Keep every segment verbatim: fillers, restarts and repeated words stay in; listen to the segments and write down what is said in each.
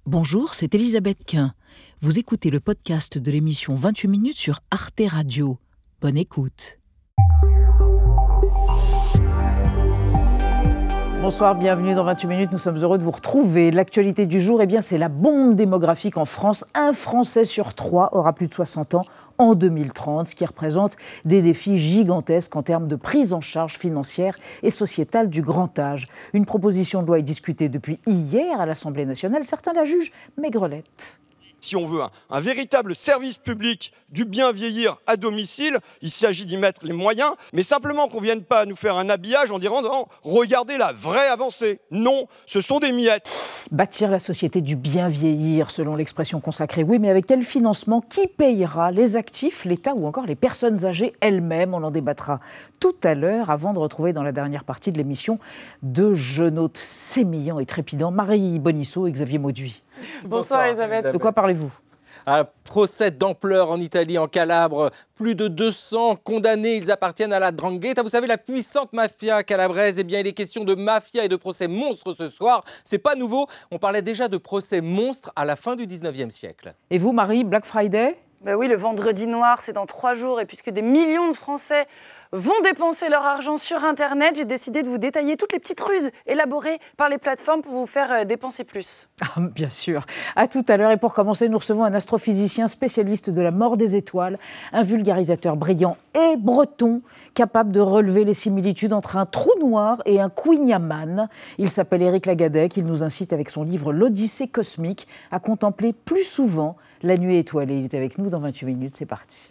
Bonjour, c'est Elisabeth Quint. Vous écoutez le podcast de l'émission vingt-huit minutes sur Arte Radio. Bonne écoute. Bonsoir, bienvenue dans vingt-huit minutes. Nous sommes heureux de vous retrouver. L'actualité du jour, eh bien, c'est la bombe démographique en France. Un Français sur trois aura plus de soixante ans en deux mille trente, ce qui représente des défis gigantesques en termes de prise en charge financière et sociétale du grand âge. Une proposition de loi est discutée depuis hier à l'Assemblée nationale. Certains la jugent maigrelette. Si on veut un, un véritable service public du bien vieillir à domicile, il s'agit d'y mettre les moyens, mais simplement qu'on ne vienne pas nous faire un habillage en disant non, regardez la vraie avancée. Non, ce sont des miettes. Bâtir la société du bien vieillir, selon l'expression consacrée. Oui, mais avec quel financement? Qui payera? Les actifs, l'État ou encore les personnes âgées elles-mêmes? On en débattra tout à l'heure, avant de retrouver dans la dernière partie de l'émission deux jeunes hôtes sémillants et trépidants, Marie Bonisseau et Xavier Mauduit. Bonsoir Elisabeth. De quoi parlez-vous? Un procès d'ampleur en Italie, en Calabre. Plus de deux cents condamnés, ils appartiennent à la 'Ndrangheta. Vous savez, la puissante mafia calabraise. Eh bien, il est question de mafia et de procès monstres ce soir. C'est pas nouveau. On parlait déjà de procès monstres à la fin du dix-neuvième siècle. Et vous, Marie, Black Friday? Ben oui, le vendredi noir, c'est dans trois jours. Et puisque des millions de Français vont dépenser leur argent sur Internet, j'ai décidé de vous détailler toutes les petites ruses élaborées par les plateformes pour vous faire dépenser plus. Ah, bien sûr. À tout à l'heure. Et pour commencer, nous recevons un astrophysicien spécialiste de la mort des étoiles, un vulgarisateur brillant et breton, capable de relever les similitudes entre un trou noir et un quinyaman. Il s'appelle Éric Lagadec. Il nous incite avec son livre L'Odyssée cosmique à contempler plus souvent la nuit étoilée. Il est avec nous dans vingt-huit minutes. C'est parti.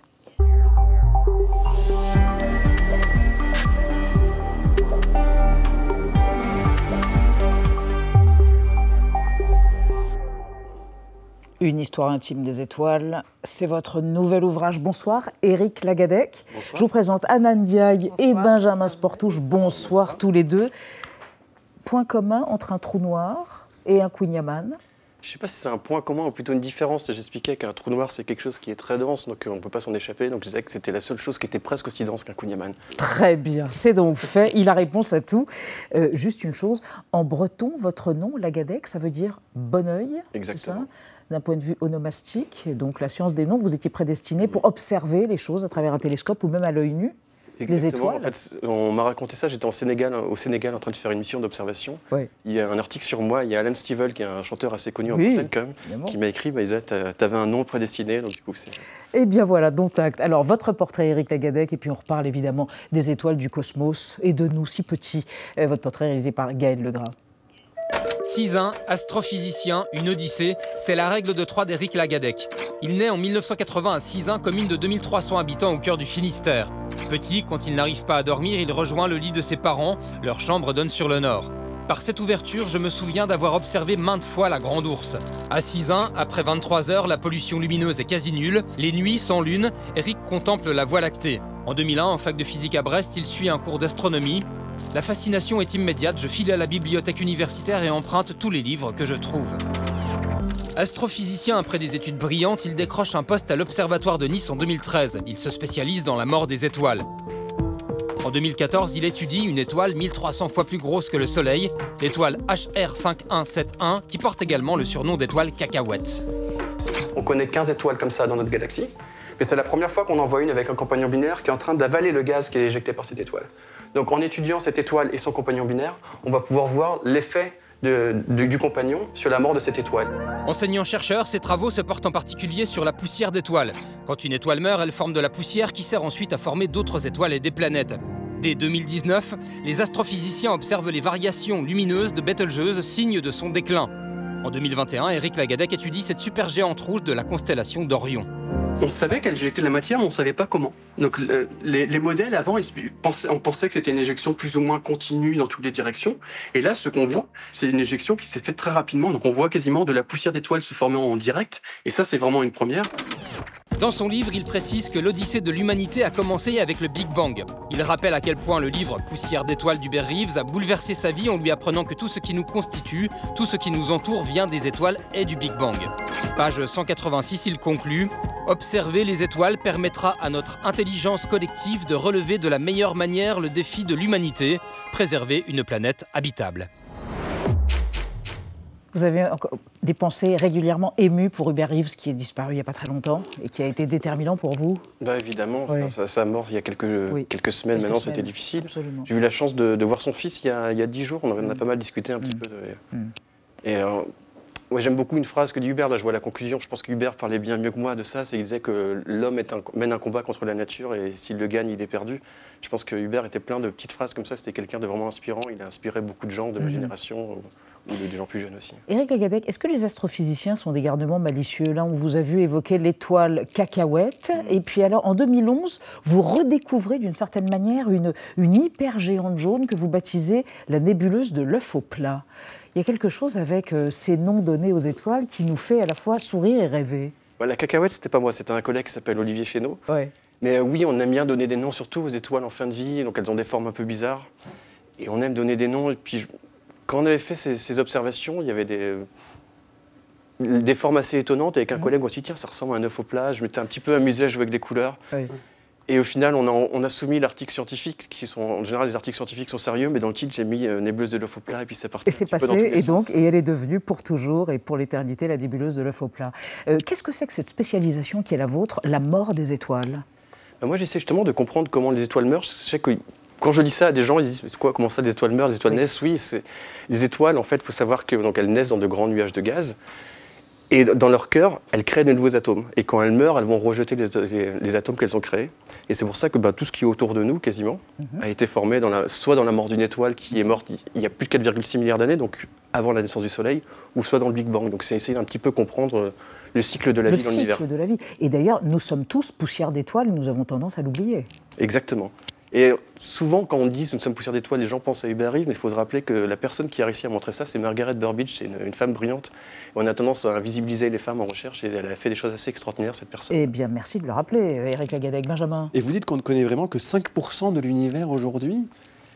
Une histoire intime des étoiles, c'est votre nouvel ouvrage. Bonsoir, Éric Lagadec. Bonsoir. Je vous présente Anna Ndiaye et Benjamin Sportouche. Bonsoir. Bonsoir, Bonsoir tous les deux. Point commun entre un trou noir et un quinyaman? Je ne sais pas si c'est un point commun ou plutôt une différence. J'expliquais qu'un trou noir, c'est quelque chose qui est très dense, donc on ne peut pas s'en échapper. Donc je disais que c'était la seule chose qui était presque aussi dense qu'un quinyaman. Très bien, c'est donc fait. Il a réponse à tout. Euh, juste une chose, en breton, votre nom, Lagadec, ça veut dire bon œil. Exactement. D'un point de vue onomastique, donc la science des noms, vous étiez prédestiné pour observer les choses à travers un télescope ou même à l'œil nu. Exactement. Les étoiles. En fait, on m'a raconté ça, j'étais en Sénégal, au Sénégal en train de faire une mission d'observation. Oui. Il y a un article sur moi, il y a Alan Stivell, qui est un chanteur assez connu en Oui, Bretagne quand même, évidemment. qui m'a écrit, bah, tu avais un nom prédestiné, donc du coup c'est... Eh bien voilà, dont acte. Alors votre portrait, Éric Lagadec, et puis on reparle évidemment des étoiles du cosmos et de nous si petits. Euh, votre portrait réalisé par Gaël Legras. Sizun, astrophysicien, une odyssée, c'est la règle de trois d'Éric Lagadec. Il naît en mille neuf cent quatre-vingts à Sizun, commune de deux mille trois cents habitants au cœur du Finistère. Petit, quand il n'arrive pas à dormir, il rejoint le lit de ses parents. Leur chambre donne sur le nord. Par cette ouverture, je me souviens d'avoir observé maintes fois la grande ourse. À Sizun, après vingt-trois heures, la pollution lumineuse est quasi nulle. Les nuits, sans lune, Éric contemple la Voie lactée. En deux mille un, en fac de physique à Brest, il suit un cours d'astronomie. La fascination est immédiate, je file à la bibliothèque universitaire et emprunte tous les livres que je trouve. Astrophysicien après des études brillantes, il décroche un poste à l'Observatoire de Nice en deux mille treize. Il se spécialise dans la mort des étoiles. En deux mille quatorze, il étudie une étoile mille trois cents fois plus grosse que le Soleil, l'étoile H R cinq un sept un, qui porte également le surnom d'étoile cacahuète. On connaît quinze étoiles comme ça dans notre galaxie, mais c'est la première fois qu'on en voit une avec un compagnon binaire qui est en train d'avaler le gaz qui est éjecté par cette étoile. Donc en étudiant cette étoile et son compagnon binaire, on va pouvoir voir l'effet de, de, du compagnon sur la mort de cette étoile. Enseignant-chercheur, ses travaux se portent en particulier sur la poussière d'étoiles. Quand une étoile meurt, elle forme de la poussière qui sert ensuite à former d'autres étoiles et des planètes. Dès deux mille dix-neuf, les astrophysiciens observent les variations lumineuses de Betelgeuse, signe de son déclin. En deux mille vingt et un, Éric Lagadec étudie cette supergéante rouge de la constellation d'Orion. On savait qu'elle éjectait de la matière, mais on ne savait pas comment. Donc le, les, les modèles avant, ils pensaient, on pensait que c'était une éjection plus ou moins continue dans toutes les directions. Et là, ce qu'on voit, c'est une éjection qui s'est faite très rapidement. Donc on voit quasiment de la poussière d'étoiles se former en direct. Et ça, c'est vraiment une première. Dans son livre, il précise que l'odyssée de l'humanité a commencé avec le Big Bang. Il rappelle à quel point le livre Poussière d'étoiles d'Hubert Reeves a bouleversé sa vie en lui apprenant que tout ce qui nous constitue, tout ce qui nous entoure vient des étoiles et du Big Bang. Page cent quatre-vingt-six, il conclut « Observer les étoiles permettra à notre intelligence collective de relever de la meilleure manière le défi de l'humanité, préserver une planète habitable. » Vous avez des pensées régulièrement émues pour Hubert Reeves, qui est disparu il n'y a pas très longtemps et qui a été déterminant pour vous? Bah évidemment, Oui. enfin, sa, sa mort il y a quelques, Oui. quelques semaines Quelques maintenant, semaines, c'était difficile. absolument. J'ai eu la chance de, de voir son fils il y a, il y a dix jours, on en a Mm. pas mal discuté un petit Mm. peu. De, Mm. Et euh, ouais, j'aime beaucoup une phrase que dit Hubert, là je vois la conclusion, je pense qu'Hubert parlait bien mieux que moi de ça, c'est qu'il disait que l'homme est un- mène un combat contre la nature et s'il le gagne, il est perdu. Je pense que Hubert était plein de petites phrases comme ça, c'était quelqu'un de vraiment inspirant, il a inspiré beaucoup de gens de ma Mm. génération ou, ou des gens plus jeunes aussi. Éric Lagadec, est-ce que les astrophysiciens sont des garnements malicieux? Là, on vous a vu évoquer l'étoile cacahuète. Et puis alors, en deux mille onze, vous redécouvrez d'une certaine manière une, une hypergéante jaune que vous baptisez la nébuleuse de l'œuf au plat. Il y a quelque chose avec euh, ces noms donnés aux étoiles qui nous fait à la fois sourire et rêver. Ouais, la cacahuète, c'était pas moi, c'était un collègue qui s'appelle Olivier Chénaud. Ouais. Mais euh, oui, on aime bien donner des noms, surtout aux étoiles en fin de vie, donc elles ont des formes un peu bizarres. Et on aime donner des noms. Et puis, je- quand on avait fait ces, ces observations, il y avait des, des formes assez étonnantes. Et avec un collègue, on s'est dit, tiens, ça ressemble à un œuf au plat. Je m'étais un petit peu amusé à jouer avec des couleurs. Ouais. Et au final, on a, on a soumis l'article scientifique, qui sont, en général, les articles scientifiques sont sérieux, mais dans le titre, j'ai mis euh, nébuleuse de l'œuf au plat, et puis c'est parti. Et c'est un petit peu passé, dans tous les et donc, sens. et elle est devenue pour toujours et pour l'éternité la nébuleuse de l'œuf au plat. Euh, Qu'est-ce que c'est que cette spécialisation qui est la vôtre, la mort des étoiles? Ben, moi, j'essaie justement de comprendre comment les étoiles meurent. Je sais que quand je dis ça à des gens, ils disent, mais quoi, comment ça, les étoiles meurent, les étoiles Oui. naissent? Oui, c'est... les étoiles, en fait, il faut savoir que, donc, elles naissent dans de grands nuages de gaz. Et dans leur cœur, elles créent de nouveaux atomes. Et quand elles meurent, elles vont rejeter les, les- les atomes qu'elles ont créés. Et c'est pour ça que ben, tout ce qui est autour de nous, quasiment, Mhm. a été formé dans la, soit dans la mort d'une étoile qui est morte il y a plus de quatre virgule six milliards d'années, donc avant la naissance du Soleil, ou soit dans le Big Bang. Donc c'est essayer d'un petit peu comprendre euh, le cycle de la Le vie dans l'univers. cycle de la vie. Et d'ailleurs, nous sommes tous poussière d'étoiles, nous avons tendance à l'oublier. Exactement. Et souvent, quand on dit « nous sommes poussière d'étoiles », les gens pensent à Hubert Reeves, mais il faut se rappeler que la personne qui a réussi à montrer ça, c'est Margaret Burbidge, c'est une, une femme brillante. Et on a tendance à invisibiliser les femmes en recherche, et elle a fait des choses assez extraordinaires, cette personne. Eh bien, merci de le rappeler, Éric Lagadec. Benjamin. Et vous dites qu'on ne connaît vraiment que cinq pour cent de l'univers aujourd'hui?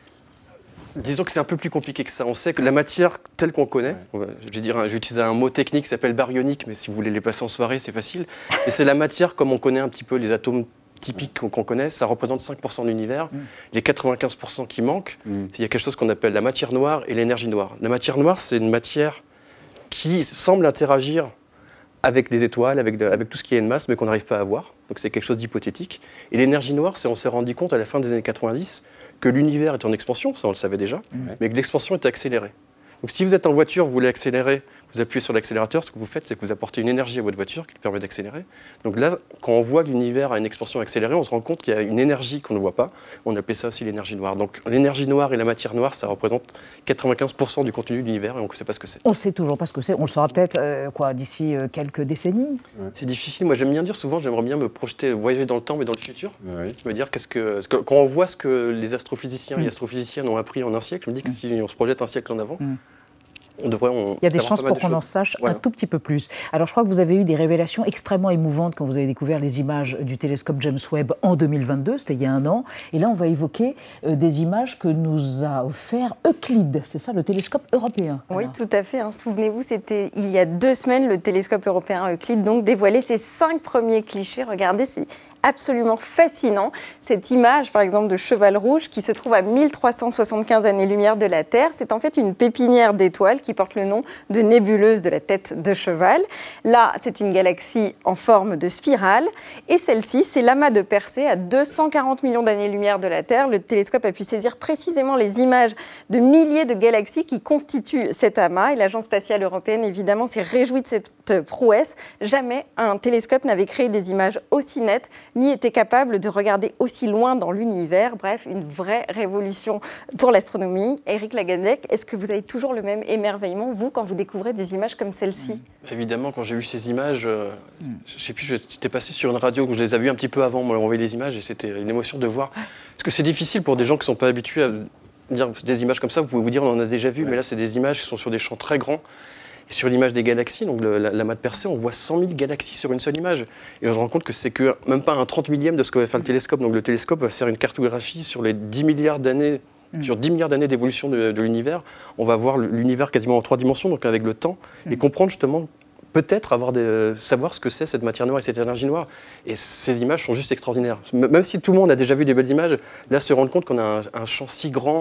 Disons que c'est un peu plus compliqué que ça. On sait que la matière telle qu'on connaît, on va- je vais dire, je vais utiliser un mot technique qui s'appelle baryonique, mais si vous voulez les placer en soirée, c'est facile. Et c'est la matière comme on connaît un petit peu les atomes typiques qu'on qu'on connaît, ça représente cinq pour cent de l'univers. Les quatre-vingt-quinze pour cent qui manquent, Mm. il y a quelque chose qu'on appelle la matière noire et l'énergie noire. La matière noire, c'est une matière qui semble interagir avec des étoiles, avec, de- avec tout ce qui est une masse, mais qu'on n'arrive pas à voir. Donc c'est quelque chose d'hypothétique. Et l'énergie noire, c'est on s'est rendu compte à la fin des années quatre-vingt-dix que l'univers est en expansion, ça on le savait déjà, mais que l'expansion est accélérée. Donc si vous êtes en voiture, vous voulez accélérer, vous appuyez sur l'accélérateur, ce que vous faites, c'est que vous apportez une énergie à votre voiture qui permet d'accélérer. Donc là, quand on voit que l'univers a une expansion accélérée, on se rend compte qu'il y a une énergie qu'on ne voit pas. On appelait ça aussi l'énergie noire. Donc l'énergie noire et la matière noire, ça représente quatre-vingt-quinze pour cent du contenu de l'univers et on ne sait pas ce que c'est. On ne sait toujours pas ce que c'est. On le saura peut-être euh, quoi, d'ici euh, quelques décennies. C'est difficile. Moi, j'aime bien dire souvent, j'aimerais bien me projeter, voyager dans le temps, mais dans le futur. Oui. Je me dire, qu'est-ce que, parce que quand on voit ce que les astrophysiciens Mm. et astrophysiciennes ont appris en un siècle, je me dis que Mm. si on se projette un siècle en avant, Mm. on devrait. On, Il y a des savoir chances pas mal pour de qu'on en choses. sache Voilà. un tout petit peu plus. Alors, je crois que vous avez eu des révélations extrêmement émouvantes quand vous avez découvert les images du télescope James Webb en deux mille vingt-deux, c'était il y a un an. Et là, on va évoquer euh, des images que nous a offert Euclide. C'est ça, le télescope européen. Oui, Alors, tout à fait. hein. Souvenez-vous, c'était il y a deux semaines, le télescope européen Euclide donc dévoilait ses cinq premiers clichés. Regardez, c'est absolument fascinant. Cette image, par exemple, de Cheval Rouge, qui se trouve à mille trois cent soixante-quinze années-lumière de la Terre, c'est en fait une pépinière d'étoiles qui porte le nom de nébuleuse de la tête de cheval. Là, c'est une galaxie en forme de spirale. Et celle-ci, c'est l'amas de Persée, à deux cent quarante millions d'années-lumière de la Terre. Le télescope a pu saisir précisément les images de milliers de galaxies qui constituent cet amas. Et l'Agence spatiale européenne, évidemment, s'est réjouie de cette prouesse. Jamais un télescope n'avait créé des images aussi nettes, ni était capable de regarder aussi loin dans l'univers. Bref, une vraie révolution pour l'astronomie. Éric Lagadec, est-ce que vous avez toujours le même émerveillement, vous, quand vous découvrez des images comme celle-ci? Évidemment, quand j'ai vu ces images, euh, je ne sais plus, j'étais passé sur une radio, je les ai vues un petit peu avant, on m'a envoyé les images et c'était une émotion de voir. Parce que c'est difficile pour des gens qui ne sont pas habitués à dire des images comme ça. Vous pouvez vous dire, on en a déjà vu, mais là, c'est des images qui sont sur des champs très grands. Et sur l'image des galaxies, donc le, la, l'amas de Persée, on voit cent mille galaxies sur une seule image. Et on se rend compte que c'est que même pas un trente millième de ce que va faire le télescope. Donc le télescope va faire une cartographie sur les dix milliards d'années, mmh. sur dix milliards d'années d'évolution de, de l'univers. On va voir l'univers quasiment en trois dimensions, donc avec le temps, mmh. et comprendre justement, peut-être avoir des, euh, savoir ce que c'est cette matière noire et cette énergie noire. Et ces images sont juste extraordinaires. Même si tout le monde a déjà vu des belles images, là, se rendre compte qu'on a un, un champ si grand,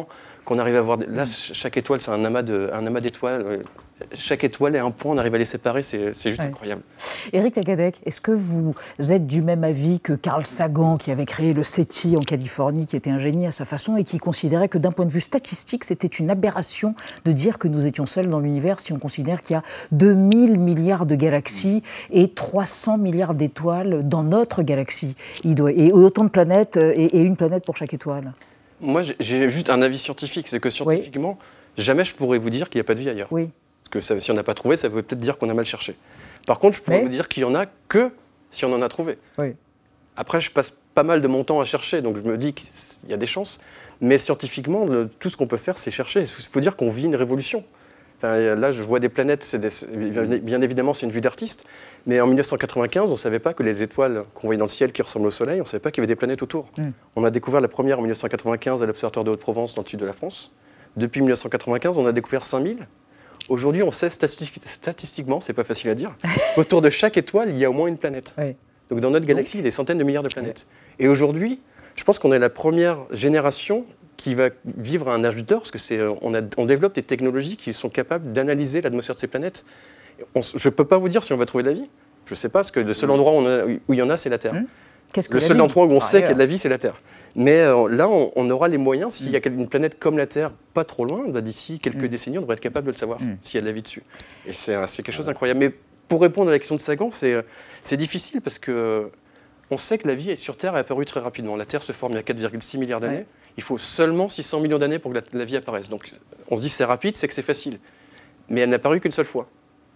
qu'on arrive à voir... Là, chaque étoile, c'est un amas, de, un amas d'étoiles. Chaque étoile est un point, on arrive à les séparer, c'est, c'est juste ouais. incroyable. Éric Lagadec, est-ce que vous êtes du même avis que Carl Sagan, qui avait créé le SETI en Californie, qui était un génie à sa façon et qui considérait que d'un point de vue statistique, c'était une aberration de dire que nous étions seuls dans l'univers si on considère qu'il y a deux mille milliards de galaxies et trois cents milliards d'étoiles dans notre galaxie. Il doit, et autant de planètes et, et une planète pour chaque étoile. Moi, j'ai juste un avis scientifique, c'est que scientifiquement, oui. jamais je pourrais vous dire qu'il n'y a pas de vie ailleurs. Oui. Parce que ça, si on n'a pas trouvé, ça veut peut-être dire qu'on a mal cherché. Par contre, je pourrais Mais... vous dire qu'il n'y en a que si on en a trouvé. Oui. Après, je passe pas mal de mon temps à chercher, donc je me dis qu'il y a des chances. Mais scientifiquement, le, tout ce qu'on peut faire, c'est chercher. Il faut dire qu'on vit une révolution. Enfin, là, je vois des planètes, c'est des, bien évidemment, c'est une vue d'artiste. Mais en dix-neuf cent quatre-vingt-quinze, on ne savait pas que les étoiles qu'on voyait dans le ciel qui ressemblent au Soleil, on ne savait pas qu'il y avait des planètes autour. Mm. On a découvert la première en dix-neuf cent quatre-vingt-quinze à l'Observatoire de Haute-Provence, dans le sud de la France. Depuis dix-neuf cent quatre-vingt-quinze, on a découvert cinq mille. Aujourd'hui, on sait statistique, statistiquement, c'est pas facile à dire, autour de chaque étoile, il y a au moins une planète. Oui. Donc dans notre galaxie, il y a des centaines de milliards de planètes. Oui. Et aujourd'hui, je pense qu'on est la première génération qui va vivre à un âge d'or, parce que c'est, on, a, on développe des technologies qui sont capables d'analyser l'atmosphère de ces planètes. On, je ne peux pas vous dire si on va trouver de la vie. Je ne sais pas, parce que le seul endroit où, on a, où il y en a, c'est la Terre. Mmh. Qu'est-ce que le seul endroit où on ah, sait qu'il y a de la vie, c'est la Terre. Mais euh, là, on, on aura les moyens, s'il y a une planète comme la Terre, pas trop loin, bah, d'ici quelques mmh. décennies, on devrait être capable de le savoir, mmh. s'il y a de la vie dessus. Et c'est, c'est quelque chose d'incroyable. Mais pour répondre à la question de Sagan, c'est, c'est difficile, parce que on sait que la vie sur Terre est apparue très rapidement. La Terre se forme il y a quatre virgule six milliards d'années. Ouais. Il faut seulement six cents millions d'années pour que la, la vie apparaisse. Donc on se dit c'est rapide, c'est que c'est facile. Mais elle n'a apparu qu'une seule fois.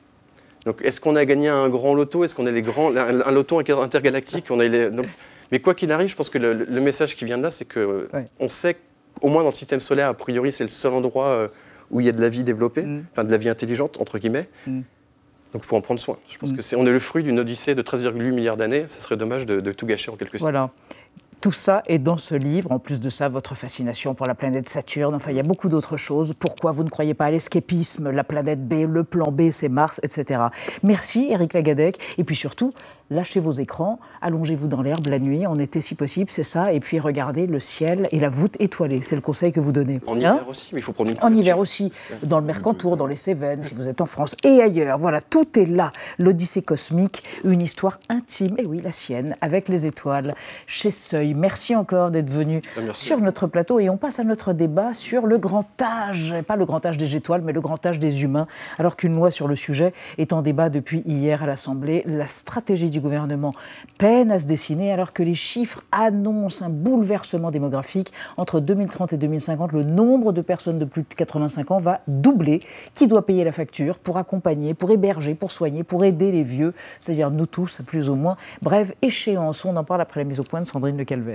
Donc est-ce qu'on a gagné un grand loto ? Est-ce qu'on a les grands, un, un loto intergalactique ? On a les, donc, mais quoi qu'il arrive, je pense que le, le message qui vient de là, c'est qu'on ouais. sait qu'au moins dans le système solaire, a priori, c'est le seul endroit euh, où il y a de la vie développée, mm. enfin de la vie intelligente, entre guillemets. Mm. Donc il faut en prendre soin. Je pense mm. que c'est, on est le fruit d'une odyssée de treize virgule huit milliards d'années. Ce serait dommage de, de tout gâcher en quelques secondes. Voilà. Tout ça est dans ce livre. En plus de ça, votre fascination pour la planète Saturne. Enfin, il y a beaucoup d'autres choses. Pourquoi vous ne croyez pas à l'escapisme ? La planète B, le plan B, c'est Mars, et cetera. Merci, Éric Lagadec. Et puis surtout, lâchez vos écrans, allongez-vous dans l'herbe la nuit, en été si possible, c'est ça. Et puis regardez le ciel et la voûte étoilée. C'est le conseil que vous donnez. En hiver hein aussi, mais il faut prendre une En hiver aussi, dans le Mercantour, dans les Cévennes, si vous êtes en France et ailleurs. Voilà, tout est là. L'Odyssée cosmique, une histoire intime, et oui, la sienne, avec les étoiles, chez Seuil. Merci encore d'être venu Merci. sur notre plateau. Et on passe à notre débat sur le grand âge, pas le grand âge des étoiles, mais le grand âge des humains. Alors qu'une loi sur le sujet est en débat depuis hier à l'Assemblée, la stratégie du gouvernement peine à se dessiner alors que les chiffres annoncent un bouleversement démographique. Entre deux mille trente et deux mille cinquante, le nombre de personnes de plus de quatre-vingt-cinq ans va doubler. Qui doit payer la facture pour accompagner, pour héberger, pour soigner, pour aider les vieux, c'est-à-dire nous tous, plus ou moins. Bref, échéance, on en parle après la mise au point de Sandrine Le Calvez.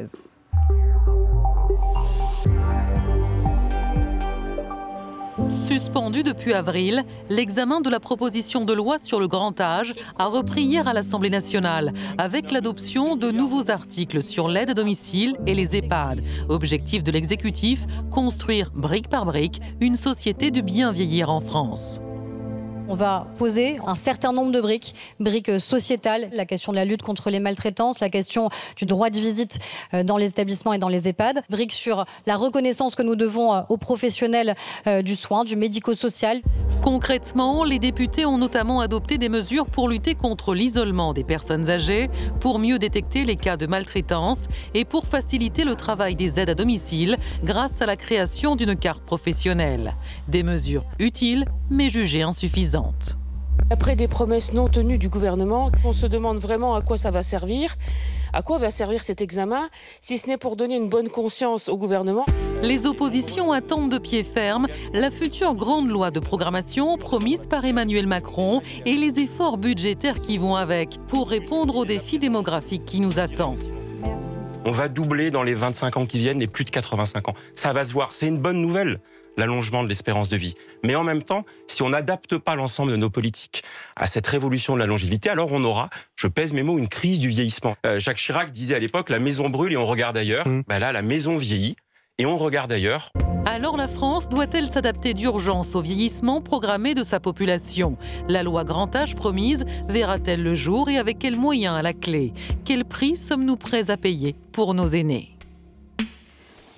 Suspendu depuis avril, l'examen de la proposition de loi sur le grand âge a repris hier à l'Assemblée nationale avec l'adoption de nouveaux articles sur l'aide à domicile et les EHPAD. Objectif de l'exécutif, construire brique par brique une société du bien vieillir en France. On va poser un certain nombre de briques, briques sociétales, la question de la lutte contre les maltraitances, la question du droit de visite dans les établissements et dans les EHPAD, briques sur la reconnaissance que nous devons aux professionnels du soin, du médico-social. Concrètement, les députés ont notamment adopté des mesures pour lutter contre l'isolement des personnes âgées, pour mieux détecter les cas de maltraitance et pour faciliter le travail des aides à domicile grâce à la création d'une carte professionnelle. Des mesures utiles mais jugées insuffisantes. Après des promesses non tenues du gouvernement, on se demande vraiment à quoi ça va servir. À quoi va servir cet examen, si ce n'est pour donner une bonne conscience au gouvernement ? Les oppositions attendent de pied ferme la future grande loi de programmation promise par Emmanuel Macron et les efforts budgétaires qui vont avec pour répondre aux défis démographiques qui nous attendent. On va doubler dans les vingt-cinq ans qui viennent les plus de quatre-vingt-cinq ans. Ça va se voir, c'est une bonne nouvelle, l'allongement de l'espérance de vie. Mais en même temps, si on n'adapte pas l'ensemble de nos politiques à cette révolution de la longévité, alors on aura, je pèse mes mots, une crise du vieillissement. Euh, Jacques Chirac disait à l'époque, la maison brûle et on regarde ailleurs. Mmh. Ben là, la maison vieillit et on regarde ailleurs. Alors la France doit-elle s'adapter d'urgence au vieillissement programmé de sa population ? La loi grand âge promise verra-t-elle le jour et avec quels moyens à la clé ? Quel prix sommes-nous prêts à payer pour nos aînés ?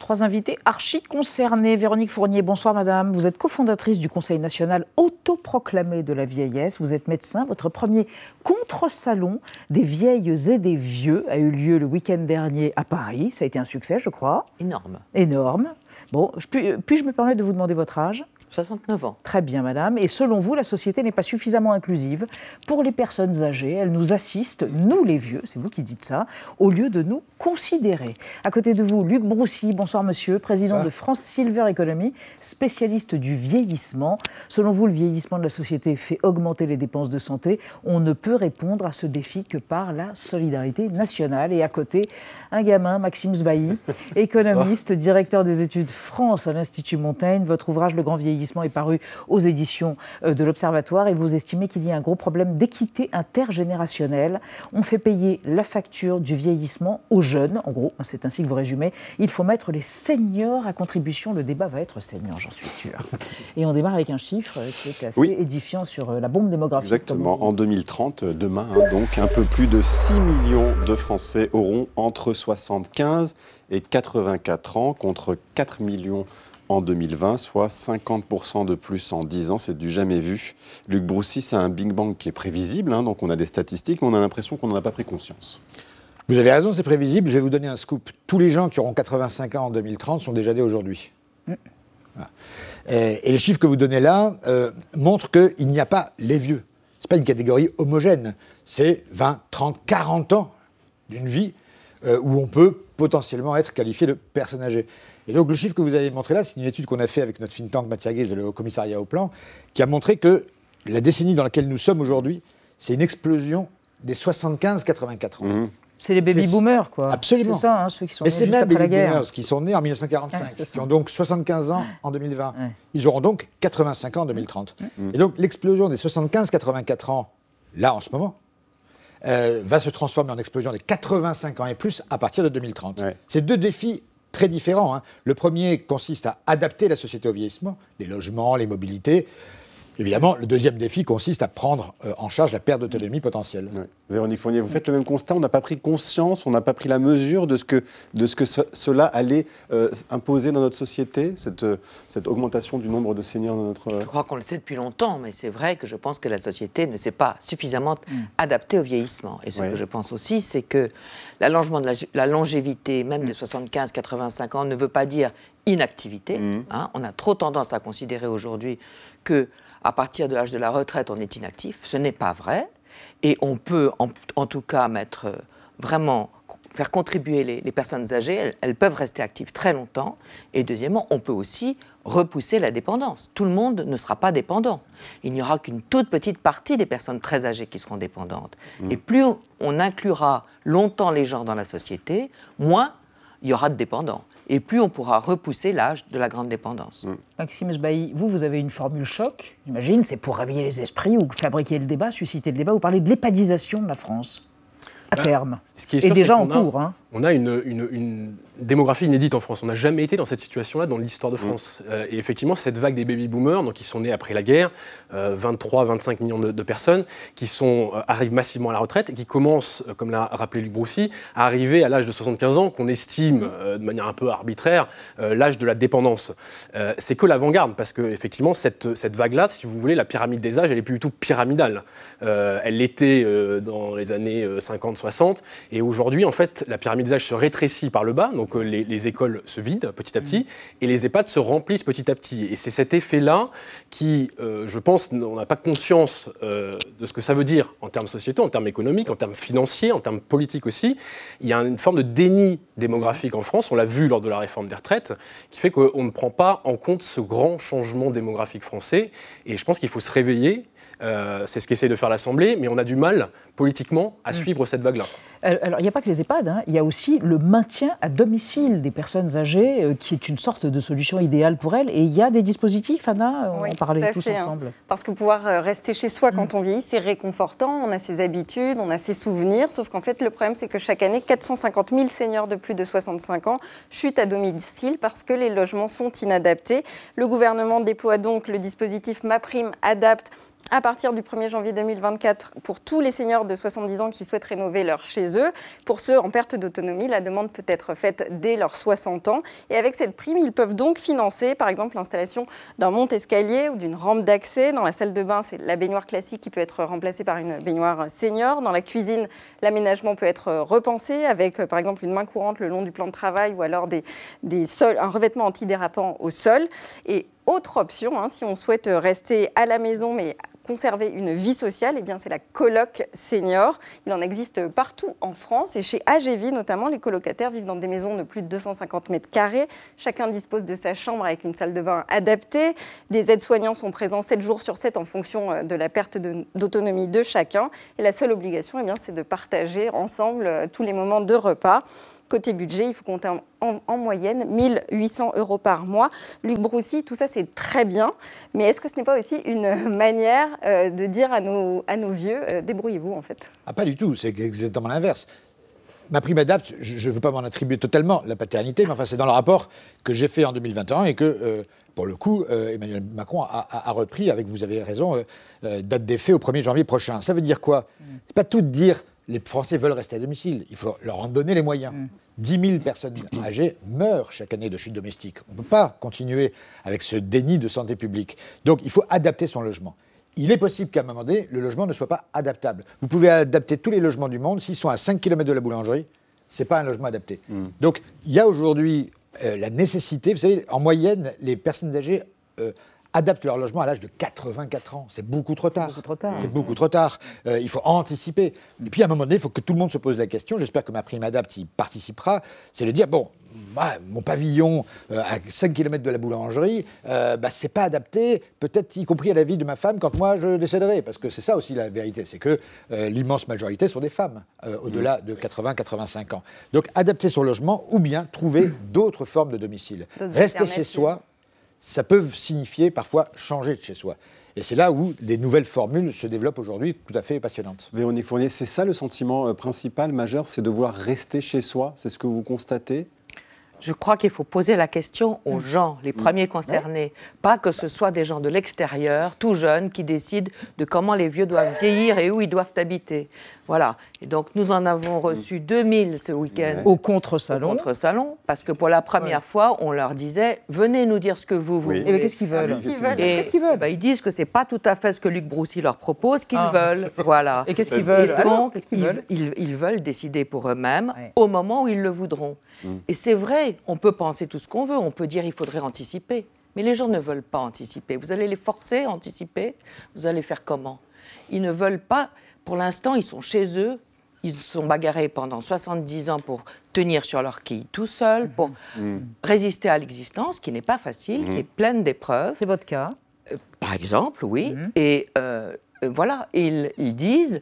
trois invités archi concernés. Véronique Fournier, bonsoir madame. Vous êtes cofondatrice du Conseil national autoproclamé de la vieillesse. Vous êtes médecin. Votre premier contre-salon des vieilles et des vieux a eu lieu le week-end dernier à Paris. Ça a été un succès, je crois. Énorme. Énorme. Bon, puis, puis-je me permettre de vous demander votre âge ? soixante-neuf ans. Très bien, madame. Et selon vous, la société n'est pas suffisamment inclusive pour les personnes âgées. Elle nous assiste, nous les vieux, c'est vous qui dites ça, au lieu de nous considérer. À côté de vous, Luc Broussy, bonsoir monsieur, président de France Silver Economy, spécialiste du vieillissement. Selon vous, le vieillissement de la société fait augmenter les dépenses de santé. On ne peut répondre à ce défi que par la solidarité nationale. Et à côté, un gamin, Maxime Sbailly, économiste, directeur des études France à l'Institut Montaigne. Votre ouvrage « Le grand vieillissement » est paru aux éditions de l'Observatoire et vous estimez qu'il y a un gros problème d'équité intergénérationnelle. On fait payer la facture du vieillissement aux jeunes. En gros, c'est ainsi que vous résumez. Il faut mettre les seniors à contribution. Le débat va être saignant, j'en suis sûre. Et on démarre avec un chiffre qui est assez oui. édifiant sur la bombe démographique. Exactement. En deux mille trente, demain, hein, donc, un peu plus de six millions de Français auront entre soixante-quinze et quatre-vingt-quatre ans, contre quatre millions en deux mille vingt, soit cinquante pour cent de plus en dix ans, c'est du jamais vu. Luc Broussy, c'est un Big Bang qui est prévisible, hein, donc on a des statistiques, mais on a l'impression qu'on n'en a pas pris conscience. Vous avez raison, c'est prévisible. Je vais vous donner un scoop. Tous les gens qui auront quatre-vingt-cinq ans en deux mille trente sont déjà nés aujourd'hui. Mmh. Voilà. Et, et les chiffres que vous donnez là euh, montrent qu'il n'y a pas les vieux. Ce n'est pas une catégorie homogène. C'est vingt, trente, quarante ans d'une vie euh, où on peut potentiellement être qualifié de personne âgée. Et donc, le chiffre que vous avez montré là, c'est une étude qu'on a fait avec notre think tank Mathia Grise et le Haut Commissariat au Plan, qui a montré que la décennie dans laquelle nous sommes aujourd'hui, c'est une explosion des soixante-quinze quatre-vingt-quatre ans. Mmh. C'est les baby-boomers, quoi. Absolument. C'est ça, hein, ceux qui sont nés juste après la guerre. Mais c'est même les baby-boomers qui sont nés en dix-neuf cent quarante-cinq, ouais, qui ont donc soixante-quinze ans en deux mille vingt. Ouais. Ils auront donc quatre-vingt-cinq ans en deux mille trente. Mmh. Et donc, l'explosion des soixante-quinze quatre-vingt-quatre ans, là, en ce moment, euh, va se transformer en explosion des quatre-vingt-cinq ans et plus à partir de deux mille trente. Ouais. C'est deux défis très différents. Hein. Le premier consiste à adapter la société au vieillissement, les logements, les mobilités. Évidemment, le deuxième défi consiste à prendre euh, en charge la perte d'autonomie potentielle. Ouais. Véronique Fournier, vous faites le même constat, on n'a pas pris conscience, on n'a pas pris la mesure de ce que, de ce que ce, cela allait euh, imposer dans notre société, cette, cette augmentation du nombre de seniors dans notre... Je crois qu'on le sait depuis longtemps, mais c'est vrai que je pense que la société ne s'est pas suffisamment mmh. adaptée au vieillissement. Et ce ouais. que je pense aussi, c'est que l'allongement de la, la longévité, même mmh. de soixante-quinze à quatre-vingt-cinq ans, ne veut pas dire inactivité. Mmh. Hein. On a trop tendance à considérer aujourd'hui que à partir de l'âge de la retraite, on est inactif. Ce n'est pas vrai. Et on peut, en, en tout cas, mettre, euh, vraiment faire contribuer les, les personnes âgées. Elles, elles peuvent rester actives très longtemps. Et deuxièmement, on peut aussi repousser la dépendance. Tout le monde ne sera pas dépendant. Il n'y aura qu'une toute petite partie des personnes très âgées qui seront dépendantes. Mmh. Et plus on inclura longtemps les gens dans la société, moins il y aura de dépendants. Et plus on pourra repousser l'âge de la grande dépendance. Mmh. Maxime Sbailly, vous, vous avez une formule choc, j'imagine, c'est pour réveiller les esprits ou fabriquer le débat, susciter le débat. Vous parlez de l'épadisation de la France, à bah, terme. Ce qui est sûr, et déjà en a, cours. Hein. On a une, une, une démographie inédite en France. On n'a jamais été dans cette situation-là dans l'histoire de France. Mmh. Euh, et effectivement, cette vague des baby-boomers, donc qui sont nés après la guerre, euh, vingt-trois à vingt-cinq millions de, de personnes, qui sont, euh, arrivent massivement à la retraite et qui commencent, euh, comme l'a rappelé Luc Broussy, à arriver à l'âge de soixante-quinze ans, qu'on estime euh, de manière un peu arbitraire euh, l'âge de la dépendance. Euh, c'est que l'avant-garde, parce que effectivement, cette, cette vague-là, si vous voulez, la pyramide des âges, elle n'est plus du tout pyramidale. Euh, elle l'était euh, dans les années cinquante soixante, et aujourd'hui, en fait, la pyramide des âges se rétrécit par le bas, donc euh, les, les écoles se vident petit à petit, mmh. et les EHPAD se remplissent petit à petit. Et c'est cet effet-là qui, euh, je pense, on n'a pas conscience euh, de ce que ça veut dire en termes sociétaux, en termes économiques, en termes financiers, en termes politiques aussi. Il y a une forme de déni démographique en France, on l'a vu lors de la réforme des retraites, qui fait qu'on ne prend pas en compte ce grand changement démographique français. Et je pense qu'il faut se réveiller. Euh, c'est ce qu'essaie de faire l'Assemblée, mais on a du mal, politiquement, à suivre mmh. cette vague-là. Alors, il n'y a pas que les EHPAD, hein. Il y a aussi le maintien à domicile des personnes âgées, euh, qui est une sorte de solution idéale pour elles. Et il y a des dispositifs, Anna, on oui, en parlait tous fait, ensemble. Hein. Parce que pouvoir rester chez soi quand mmh. on vieillit, c'est réconfortant, on a ses habitudes, on a ses souvenirs, sauf qu'en fait, le problème, c'est que chaque année, quatre cent cinquante mille seniors de plus de soixante-cinq ans chutent à domicile parce que les logements sont inadaptés. Le gouvernement déploie donc le dispositif MaPrime Adapte, à partir du premier janvier deux mille vingt-quatre pour tous les seniors de soixante-dix ans qui souhaitent rénover leur chez eux. Pour ceux en perte d'autonomie, la demande peut être faite dès leurs soixante ans. Et avec cette prime, ils peuvent donc financer, par exemple, l'installation d'un monte-escalier ou d'une rampe d'accès. Dans la salle de bain, c'est la baignoire classique qui peut être remplacée par une baignoire senior. Dans la cuisine, l'aménagement peut être repensé avec, par exemple, une main courante le long du plan de travail ou alors des, des sols, un revêtement antidérapant au sol. Et autre option, hein, si on souhaite rester à la maison mais conserver une vie sociale, eh bien c'est la coloc senior. Il en existe partout en France et chez A G V notamment, les colocataires vivent dans des maisons de plus de deux cent cinquante mètres carrés. Chacun dispose de sa chambre avec une salle de bain adaptée. Des aides-soignants sont présents sept jours sur sept en fonction de la perte de, d'autonomie de chacun. Et la seule obligation, eh bien, c'est de partager ensemble tous les moments de repas. Côté budget, il faut compter en, en, en moyenne mille huit cents euros par mois. Luc Broussy, tout ça c'est très bien, mais est-ce que ce n'est pas aussi une manière euh, de dire à nos, à nos vieux, euh, débrouillez-vous en fait? Ah, pas du tout, c'est exactement l'inverse. Ma prime adapte, je ne veux pas m'en attribuer totalement la paternité, mais enfin c'est dans le rapport que j'ai fait en deux mille vingt et un et que, euh, pour le coup, euh, Emmanuel Macron a, a, a repris, avec, vous avez raison, euh, euh, date d'effet au premier janvier prochain. Ça veut dire quoi? C'est pas tout de dire les Français veulent rester à domicile, il faut leur en donner les moyens. Mm. dix mille personnes âgées meurent chaque année de chute domestique. On ne peut pas continuer avec ce déni de santé publique. Donc il faut adapter son logement. Il est possible qu'à un moment donné, le logement ne soit pas adaptable. Vous pouvez adapter tous les logements du monde, s'ils sont à cinq kilomètres de la boulangerie, ce n'est pas un logement adapté. Mm. Donc il y a aujourd'hui euh, la nécessité, vous savez, en moyenne, les personnes âgées euh, adaptent leur logement à l'âge de quatre-vingt-quatre ans. C'est beaucoup trop tard. C'est beaucoup trop tard. C'est beaucoup trop tard. Euh, il faut anticiper. Et puis, à un moment donné, il faut que tout le monde se pose la question. J'espère que ma prime adapte y participera. C'est de dire, bon, moi, mon pavillon euh, à cinq kilomètres de la boulangerie, euh, bah, c'est pas adapté, peut-être y compris à la vie de ma femme quand moi je décéderai. Parce que c'est ça aussi la vérité. C'est que euh, l'immense majorité sont des femmes, euh, au-delà de quatre-vingts à quatre-vingt-cinq ans. Donc, adapter son logement ou bien trouver d'autres formes de domicile. Rester chez soi, ça peut signifier parfois changer de chez soi. Et c'est là où les nouvelles formules se développent aujourd'hui, tout à fait passionnantes. Véronique Fournier, c'est ça le sentiment principal, majeur, c'est de vouloir rester chez soi? C'est ce que vous constatez? Je crois qu'il faut poser la question aux gens, les premiers concernés. Pas que ce soit des gens de l'extérieur, tout jeunes, qui décident de comment les vieux doivent vieillir et où ils doivent habiter. Voilà. Et donc, nous en avons reçu deux mille ce week-end. Au contre-salon. Au contre-salon, parce que pour la première ouais. fois, on leur disait « Venez nous dire ce que vous, vous oui. voulez. » Et bien, qu'est-ce qu'ils veulent? Qu'est-ce qu'ils veulent, et, qu'est-ce qu'ils veulent ben, ils disent que ce n'est pas tout à fait ce que Luc Broussy leur propose qu'ils ah. veulent. Voilà. Et qu'est-ce qu'ils veulent? Et donc, qu'est-ce qu'ils ils, veulent ils, ils veulent décider pour eux-mêmes ouais. au moment où ils le voudront. Mm. Et c'est vrai, on peut penser tout ce qu'on veut, on peut dire qu'il faudrait anticiper. Mais les gens ne veulent pas anticiper. Vous allez les forcer à anticiper, vous allez faire comment? Ils ne veulent pas, pour l'instant, ils sont chez eux, ils se sont bagarrés pendant soixante-dix ans pour tenir sur leur quille tout seuls, pour mmh. résister à l'existence, qui n'est pas facile, mmh. qui est pleine d'épreuves. C'est votre cas? euh, Par exemple, oui. Mmh. Et euh, voilà, ils, ils disent...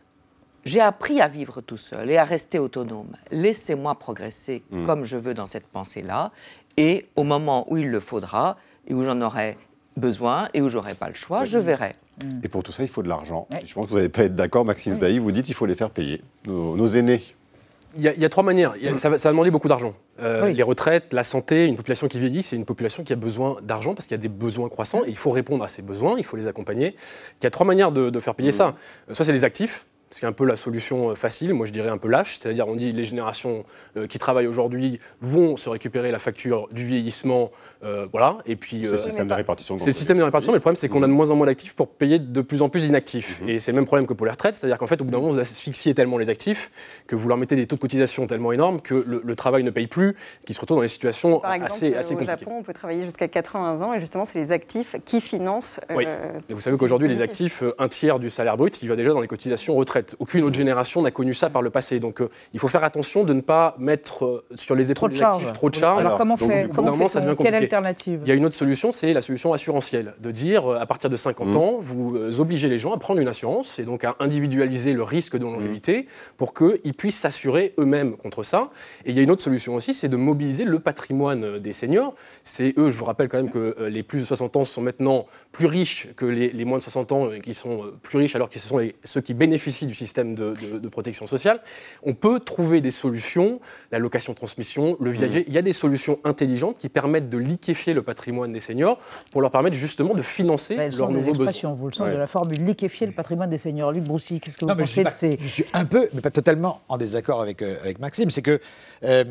J'ai appris à vivre tout seul et à rester autonome. Laissez-moi progresser mmh. comme je veux dans cette pensée-là. Et au moment où il le faudra, et où j'en aurai besoin, et où j'aurai pas le choix, mmh. je verrai. Mmh. Et pour tout ça, il faut de l'argent. Ouais. Je pense que vous n'allez pas être d'accord, Maxime Sbailly, vous dites qu'il faut les faire payer, nos, nos aînés. Il y, a, il y a trois manières. Il y a, ça, va, ça va demander beaucoup d'argent. Euh, oui. Les retraites, la santé, une population qui vieillit, c'est une population qui a besoin d'argent parce qu'il y a des besoins croissants et il faut répondre à ces besoins, il faut les accompagner. Il y a trois manières de, de faire payer mmh. ça. Soit c'est les actifs, ce qui est un peu la solution facile, moi je dirais un peu lâche, c'est-à-dire on dit les générations euh, qui travaillent aujourd'hui vont se récupérer la facture du vieillissement, euh, voilà, et puis... C'est euh, le système de répartition. C'est le système de répartition, mais le problème c'est qu'on a de moins en moins d'actifs pour payer de plus en plus d'inactifs. Mmh. Et c'est le même problème que pour les retraites, c'est-à-dire qu'en fait au bout d'un moment vous asphyxiez tellement les actifs que vous leur mettez des taux de cotisation tellement énormes que le, le travail ne paye plus, qu'ils se retrouvent dans des situations Par exemple, assez, assez compliquées. Au Japon, on peut travailler jusqu'à quatre-vingts ans et justement c'est les actifs qui financent... Euh, oui, et vous savez qu'aujourd'hui les actifs, un tiers du salaire brut, il va déjà dans les cotisations retraite. Aucune autre génération n'a connu ça par le passé. Donc euh, il faut faire attention de ne pas mettre euh, sur les épaules des actifs trop de charges. Alors comment Donc, fait, du comment moment, fait ça devient Quelle compliqué. alternative? Il y a une autre solution, c'est la solution assurantielle. De dire, euh, à partir de cinquante mmh. ans, vous euh, obligez les gens à prendre une assurance et donc à individualiser le risque de longévité mmh. pour qu'ils puissent s'assurer eux-mêmes contre ça. Et il y a une autre solution aussi, c'est de mobiliser le patrimoine des seniors. C'est eux, je vous rappelle quand même que euh, les plus de soixante ans sont maintenant plus riches que les, les moins de soixante ans euh, qui sont euh, plus riches alors que ce sont les, ceux qui bénéficient partie du système de, de, de protection sociale. On peut trouver des solutions, la location-transmission, le viager. Mmh. Il y a des solutions intelligentes qui permettent de liquéfier le patrimoine des seniors pour leur permettre justement de financer bah, leurs nouveaux besoins. Vous le sens ouais. de la formule, liquéfier le patrimoine des seniors. Luc Broussy, qu'est-ce que vous non, pensez je de ces... Je suis un peu, mais pas totalement en désaccord avec, euh, avec Maxime. C'est que euh,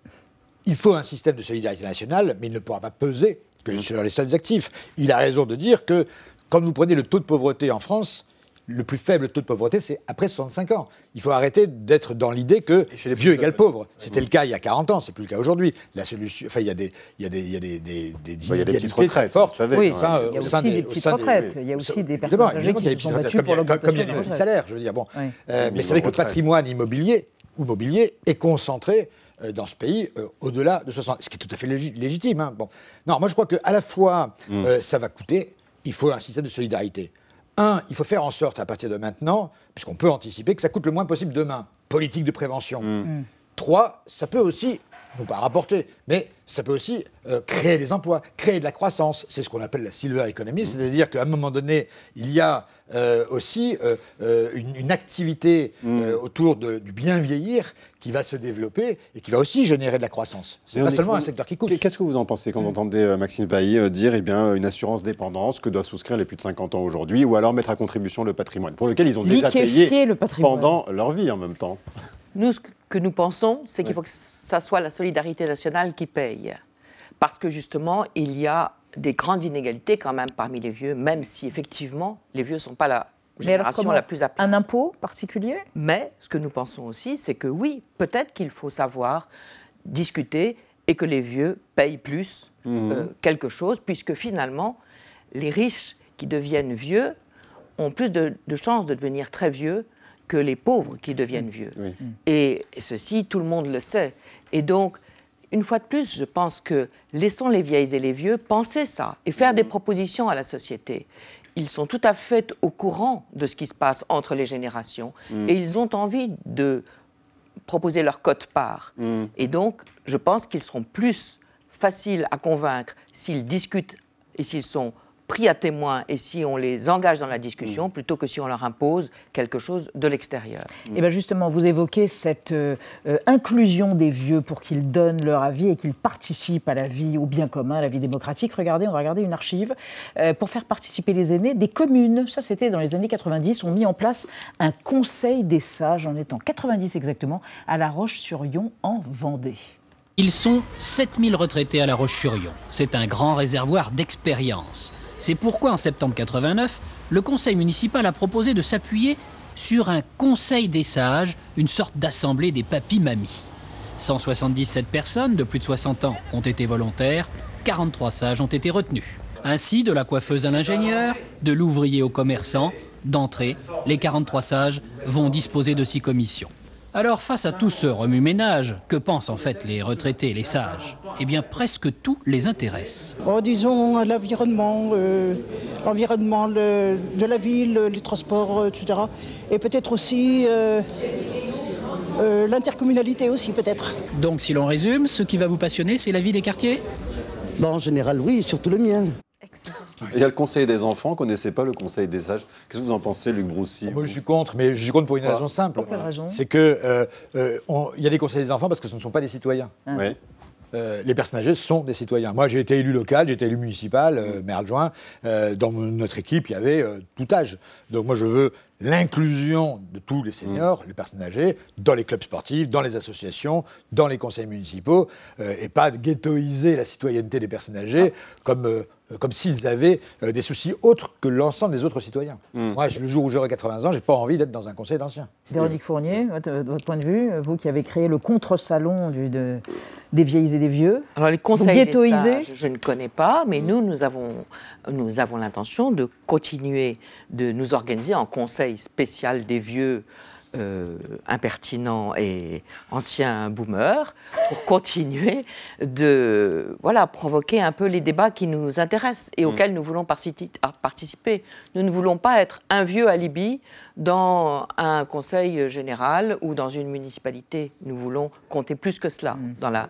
il faut un système de solidarité nationale, mais il ne pourra pas peser que mmh. sur les seuls actifs. Il a raison de dire que quand vous prenez le taux de pauvreté en France, le plus faible taux de pauvreté, c'est après soixante-cinq ans. Il faut arrêter d'être dans l'idée que vieux égale pauvre. C'était le cas il y a quarante ans, c'est plus le cas aujourd'hui. La solution, enfin, il y a des, il y a des, il y a des, des, des bah, il y a des petites retraites fortes. Vous savez, oui, il y a aussi sein des, des petites retraites. Il y a aussi des personnes âgées qui se sont battues pour l'augmentation comme il y a des petits salaires, je veux dire. Bon, oui. euh, mais c'est vrai que le patrimoine immobilier ou mobilier est concentré dans ce pays euh, au-delà de soixante, ce qui est tout à fait lég- légitime. Hein. Bon, non, moi je crois que à la fois mm. euh, ça va coûter, il faut un système de solidarité. Un, il faut faire en sorte, à partir de maintenant, puisqu'on peut anticiper, que ça coûte le moins possible demain. Politique de prévention. Mmh. Trois, ça peut aussi, non pas rapporter, mais ça peut aussi euh, créer des emplois, créer de la croissance. C'est ce qu'on appelle la silver economy, mmh. c'est-à-dire qu'à un moment donné, il y a euh, aussi euh, euh, une, une activité mmh. euh, autour de, du bien vieillir qui va se développer et qui va aussi générer de la croissance. C'est mais pas seulement faut... un secteur qui coûte. Qu'est-ce que vous en pensez quand vous entendez euh, Maxime Bailly euh, dire eh bien, une assurance dépendance que doivent souscrire les plus de cinquante ans aujourd'hui, ou alors mettre à contribution le patrimoine, pour lequel ils ont déjà payé le pendant leur vie en même temps? Nous, ce que nous pensons, c'est qu'il faut que ça soit la solidarité nationale qui paye. Parce que justement, il y a des grandes inégalités quand même parmi les vieux, même si effectivement, les vieux ne sont pas la génération alors, la plus à plaindre. Un impôt particulier ? Mais ce que nous pensons aussi, c'est que oui, peut-être qu'il faut savoir discuter et que les vieux payent plus mmh. euh, quelque chose, puisque finalement, les riches qui deviennent vieux ont plus de, de chances de devenir très vieux que les pauvres qui deviennent vieux. Oui. Et, et ceci, tout le monde le sait. Et donc, une fois de plus, je pense que laissons les vieilles et les vieux penser ça et faire mmh. des propositions à la société. Ils sont tout à fait au courant de ce qui se passe entre les générations mmh. et ils ont envie de proposer leur quote-part. Mmh. Et donc, je pense qu'ils seront plus faciles à convaincre s'ils discutent et s'ils sont pris à témoin et si on les engage dans la discussion, mmh. plutôt que si on leur impose quelque chose de l'extérieur. Et bien justement, vous évoquez cette euh, euh, inclusion des vieux pour qu'ils donnent leur avis et qu'ils participent à la vie, au bien commun, à la vie démocratique. Regardez, on va regarder une archive. Euh, pour faire participer les aînés, des communes, ça c'était dans les années quatre-vingt-dix, ont mis en place un conseil des sages, en étant quatre-vingt-dix exactement, à La Roche-sur-Yon, en Vendée. Ils sont sept mille retraités à La Roche-sur-Yon. C'est un grand réservoir d'expérience. C'est pourquoi, en septembre quatre-vingt-neuf, le conseil municipal a proposé de s'appuyer sur un conseil des sages, une sorte d'assemblée des papis-mamies. cent soixante-dix-sept personnes de plus de soixante ans ont été volontaires, quarante-trois sages ont été retenus. Ainsi, de la coiffeuse à l'ingénieur, de l'ouvrier au commerçant, d'entrée, les quarante-trois sages vont disposer de six commissions. Alors, face à tout ce remue-ménage, que pensent en fait les retraités, les sages ? Eh bien, presque tout les intéresse. Oh, disons l'environnement, euh, l'environnement le, de la ville, les transports, euh, et cetera. Et peut-être aussi euh, euh, l'intercommunalité aussi, peut-être. Donc, si l'on résume, ce qui va vous passionner, c'est la vie des quartiers ? Bon, en général, oui, surtout le mien. Il y a le conseil des enfants, on ne connaissait pas le conseil des sages. Qu'est-ce que vous en pensez, Luc Broussy ? Moi, je suis contre, mais je suis contre pour une raison simple. Pour quelle raison ? C'est qu'il euh, euh, y a des conseils des enfants parce que ce ne sont pas des citoyens. Ah. Oui. Euh, les personnes âgées sont des citoyens. Moi, j'ai été élu local, j'ai été élu municipal, euh, maire adjoint. Euh, dans notre équipe, il y avait euh, tout âge. Donc moi, je veux l'inclusion de tous les seniors, mmh. les personnes âgées, dans les clubs sportifs, dans les associations, dans les conseils municipaux, euh, et pas de ghettoiser la citoyenneté des personnes âgées ah. comme, euh, comme s'ils avaient euh, des soucis autres que l'ensemble des autres citoyens. Mmh. Moi, le jour où j'aurai quatre-vingts ans, j'ai pas envie d'être dans un conseil d'anciens. Véronique Fournier, votre, votre point de vue, vous qui avez créé le contre-salon du, de, des vieilles et des vieux. Alors les conseils des sages, je ne connais pas, mais mmh. nous, nous avons, nous avons l'intention de continuer de nous organiser en conseil spécial des vieux euh, impertinents et anciens boomers pour continuer de voilà, provoquer un peu les débats qui nous intéressent et auxquels mmh. nous voulons participer. Nous ne voulons pas être un vieux alibi dans un conseil général ou dans une municipalité. Nous voulons compter plus que cela mmh. dans la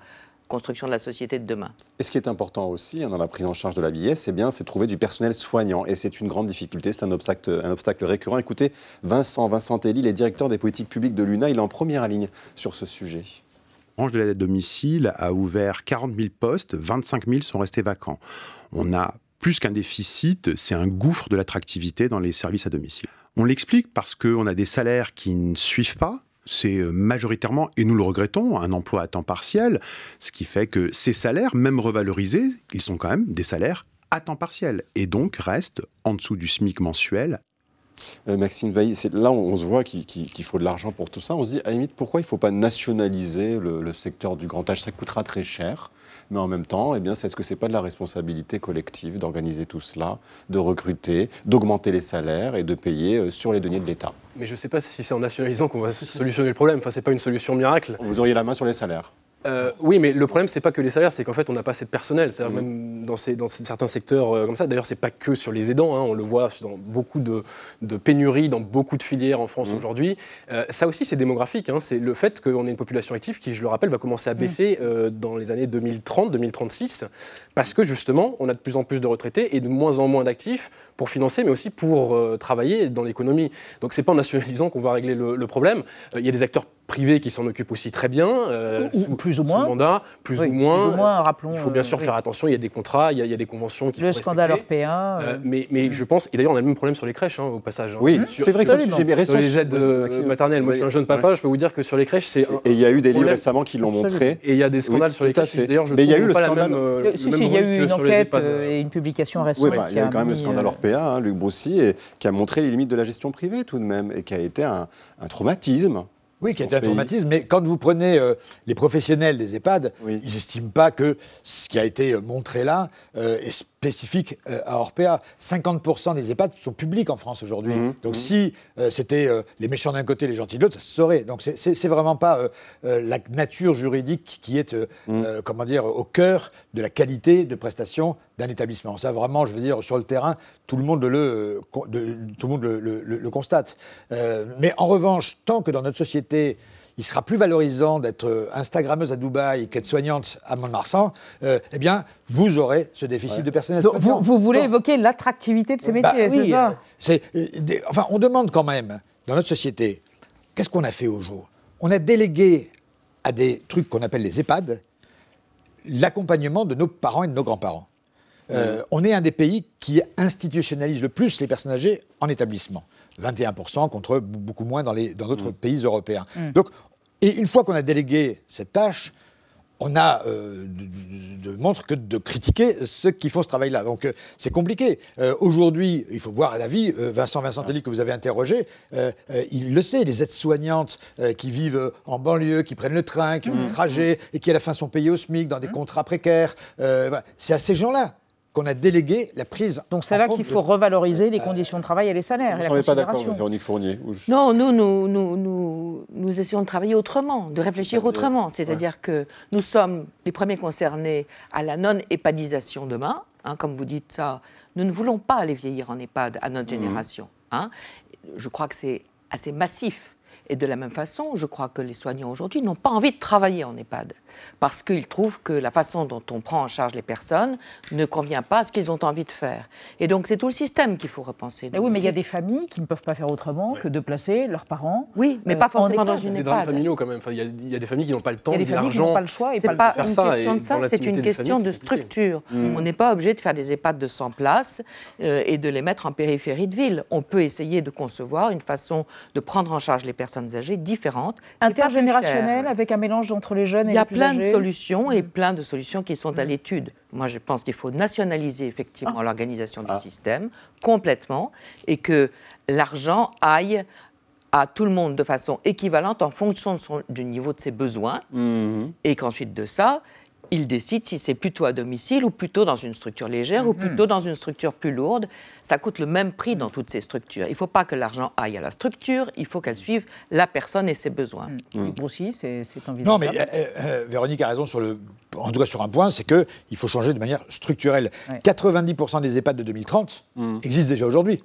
construction de la société de demain. Et ce qui est important aussi hein, dans la prise en charge de la vieillesse, eh bien, c'est trouver du personnel soignant. Et c'est une grande difficulté, c'est un obstacle, un obstacle récurrent. Écoutez, Vincent, Vincent Telly, le directeur des politiques publiques de l'U N A, il est en première ligne sur ce sujet. La branche de l'aide à domicile a ouvert quarante mille postes, vingt-cinq mille sont restés vacants. On a plus qu'un déficit, c'est un gouffre de l'attractivité dans les services à domicile. On l'explique parce qu'on a des salaires qui ne suivent pas. C'est majoritairement, et nous le regrettons, un emploi à temps partiel, ce qui fait que ces salaires, même revalorisés, ils sont quand même des salaires à temps partiel, et donc restent en dessous du SMIC mensuel. Euh, Maxime Bailly, c'est là où on se voit qu'il, qu'il faut de l'argent pour tout ça. On se dit, à la limite, pourquoi il ne faut pas nationaliser le, le secteur du grand âge ? Ça coûtera très cher, mais en même temps, eh bien, est-ce que ce n'est pas de la responsabilité collective d'organiser tout cela, de recruter, d'augmenter les salaires et de payer sur les deniers de l'État ? Mais je ne sais pas si c'est en nationalisant qu'on va solutionner le problème. Enfin, ce n'est pas une solution miracle. Vous auriez la main sur les salaires ? Euh, oui, mais le problème, c'est pas que les salaires, c'est qu'en fait, on n'a pas assez de personnel. C'est-à-dire mmh. même dans, ces, dans certains secteurs euh, comme ça. D'ailleurs, c'est pas que sur les aidants. Hein, on le voit dans beaucoup de, de pénuries, dans beaucoup de filières en France mmh. aujourd'hui. Euh, ça aussi, c'est démographique. Hein, c'est le fait qu'on ait une population active qui, je le rappelle, va commencer à baisser mmh. euh, dans les années deux mille trente, deux mille trente-six, parce que justement, on a de plus en plus de retraités et de moins en moins d'actifs pour financer, mais aussi pour euh, travailler dans l'économie. Donc, c'est pas en nationalisant qu'on va régler le, le problème. Il euh, y a des acteurs privés qui s'en occupent aussi très bien, euh, ou, sous, plus ou moins. sous mandat, plus, oui, ou moins. plus ou moins. Rappelons, il faut bien sûr euh, faire oui. attention, il y a des contrats, il y a, il y a des conventions qui le faut scandale respecter. Européen. Euh, mais mais mmh. je pense, et d'ailleurs on a le même problème sur les crèches, hein, au passage. Hein. Oui, sur, c'est vrai que c'est un sujet sur récent. les aides euh, maternelles. Moi je suis un jeune papa, ouais. je peux vous dire que sur les crèches, c'est. Et il y a eu des livres récemment qui l'ont Absolument. montré. Et il y a des scandales oui, sur les crèches. D'ailleurs, je mais il y a eu le pas scandale. La même, euh, si, si, il y a eu une enquête et une publication récente. Oui, il y a eu quand même le scandale Orpea, Luc Broussy, qui a montré les limites de la gestion privée tout de même, et qui a été un traumatisme. Oui, qui est un traumatisme, mais quand vous prenez euh, les professionnels des EHPAD, oui. ils n'estiment pas que ce qui a été montré là euh, est spécifique euh, à Orpea. cinquante pour cent des EHPAD sont publics en France aujourd'hui. Mmh, Donc mmh. si euh, c'était euh, les méchants d'un côté, les gentils de l'autre, ça se saurait. Donc c'est, c'est, c'est vraiment pas euh, euh, la nature juridique qui est euh, mmh. euh, comment dire, au cœur de la qualité de prestation d'un établissement. Ça, vraiment, je veux dire, sur le terrain, tout le monde le, de, tout le, monde le, le, le, le constate. Euh, mais en revanche, tant que dans notre société, il sera plus valorisant d'être Instagrammeuse à Dubaï qu'être soignante à Mont-de-Marsan, euh, eh bien, vous aurez ce déficit ouais. de personnel Donc, soignant. Vous, vous voulez Donc, évoquer l'attractivité de ces métiers, bah, c'est oui, ça euh, c'est, euh, des, Enfin, on demande quand même, dans notre société, qu'est-ce qu'on a fait au jour ? On a délégué à des trucs qu'on appelle les EHPAD l'accompagnement de nos parents et de nos grands-parents. Euh, mmh. On est un des pays qui institutionnalise le plus les personnes âgées en établissement. vingt et un pour cent contre beaucoup moins dans, les, dans d'autres mmh. pays européens. Mmh. Donc, et une fois qu'on a délégué cette tâche, on a euh, de, de, de montre que de critiquer ceux qui font ce travail-là. Donc euh, c'est compliqué. Euh, aujourd'hui, il faut voir à la vie, euh, Vincent Vincent Telly que vous avez interrogé, euh, euh, il le sait, les aides-soignantes euh, qui vivent en banlieue, qui prennent le train, qui ont mmh. des trajets et qui à la fin sont payés au SMIC dans des mmh. contrats précaires. Euh, voilà. C'est à ces gens-là qu'on a délégué la prise. Donc c'est là qu'il faut revaloriser les conditions de travail et les salaires. Vous ne seriez pas d'accord, Véronique Fournier ou je... Non, nous nous, nous, nous, nous essayons de travailler autrement, de réfléchir c'est autrement. C'est-à-dire ouais. que nous sommes les premiers concernés à la non-épadisation demain. Hein, comme vous dites ça, nous ne voulons pas aller vieillir en EHPAD à notre mmh. génération. Hein. Je crois que c'est assez massif. Et de la même façon, je crois que les soignants aujourd'hui n'ont pas envie de travailler en EHPAD parce qu'ils trouvent que la façon dont on prend en charge les personnes ne convient pas à ce qu'ils ont envie de faire. Et donc, c'est tout le système qu'il faut repenser. Mais oui, mais il y a des familles qui ne peuvent pas faire autrement ouais. que de placer leurs parents. Oui, mais euh, pas forcément dans une EHPAD. C'est des drames familiaux quand même. Enfin, il, y a, il y a des familles qui n'ont pas le temps, ni l'argent. Il y a des familles qui n'ont pas le choix et c'est pas, pas le une ça, question de ça, c'est une question de structure. Mmh. On n'est pas obligé de faire des EHPAD de cent places euh, et de les mettre en périphérie de ville. On peut essayer de concevoir une façon de prendre en charge les personnes âgées différentes. Intergénérationnelle, avec un mélange entre les jeunes et les plus âgés. Il y a plein de solutions et plein de solutions qui sont à l'étude. Moi, je pense qu'il faut nationaliser effectivement ah. l'organisation ah. du système complètement et que l'argent aille à tout le monde de façon équivalente en fonction de son, du niveau de ses besoins mmh. et qu'ensuite de ça, il décide si c'est plutôt à domicile ou plutôt dans une structure légère mmh. ou plutôt dans une structure plus lourde. Ça coûte le même prix dans toutes ces structures. Il ne faut pas que l'argent aille à la structure, il faut qu'elle suive la personne et ses besoins. Mmh. Mmh. Aussi, c'est, c'est envisageable. Non, mais euh, euh, Véronique a raison sur le, en tout cas sur un point, c'est qu'il faut changer de manière structurelle. Ouais. quatre-vingt-dix pour cent des EHPAD de deux mille trente mmh. existent déjà aujourd'hui. Ouais.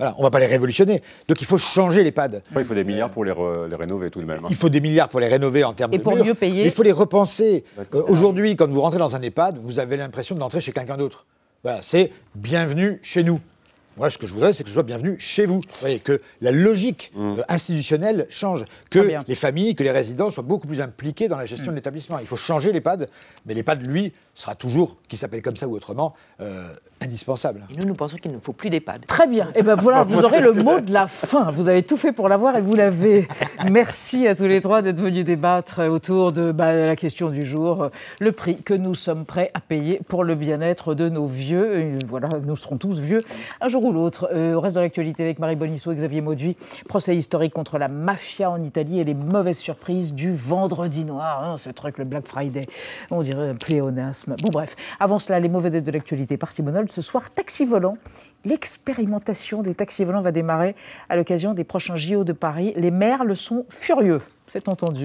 Voilà, on ne va pas les révolutionner. Donc il faut changer l'EHPAD. Enfin, il faut des milliards pour les, re, les rénover tout de même. Hein. Il faut des milliards pour les rénover en termes Et de pour murs, mieux payer. mais il faut les repenser. Euh, aujourd'hui, quand vous rentrez dans un EHPAD, vous avez l'impression d'entrer chez quelqu'un d'autre. Voilà, c'est bienvenue chez nous. Moi, ce que je voudrais, c'est que ce soit bienvenu chez vous. Vous voyez, que la logique mmh. euh, institutionnelle change, que les familles, que les résidents soient beaucoup plus impliqués dans la gestion mmh. de l'établissement. Il faut changer l'EHPAD, mais l'EHPAD, lui, sera toujours, qu'il s'appelle comme ça ou autrement, euh, indispensable. Et nous, nous pensons qu'il ne faut plus d'EHPAD. Très bien. Et bien voilà, vous aurez le mot de la fin. Vous avez tout fait pour l'avoir et vous l'avez. Merci à tous les trois d'être venus débattre autour de bah, la question du jour, le prix que nous sommes prêts à payer pour le bien-être de nos vieux. Et voilà, nous serons tous vieux un jour ou l'autre. Euh, au reste de l'actualité avec Marie Bonisseau et Xavier Mauduit, procès historique contre la mafia en Italie et les mauvaises surprises du vendredi noir. Hein, ce truc, le Black Friday, on dirait un pléonasme. Bon bref, avant cela, les mauvais dettes de l'actualité par Simonol. Ce soir, taxi volant. L'expérimentation des taxis volants va démarrer à l'occasion des prochains J O de Paris. Les maires le sont furieux, c'est entendu.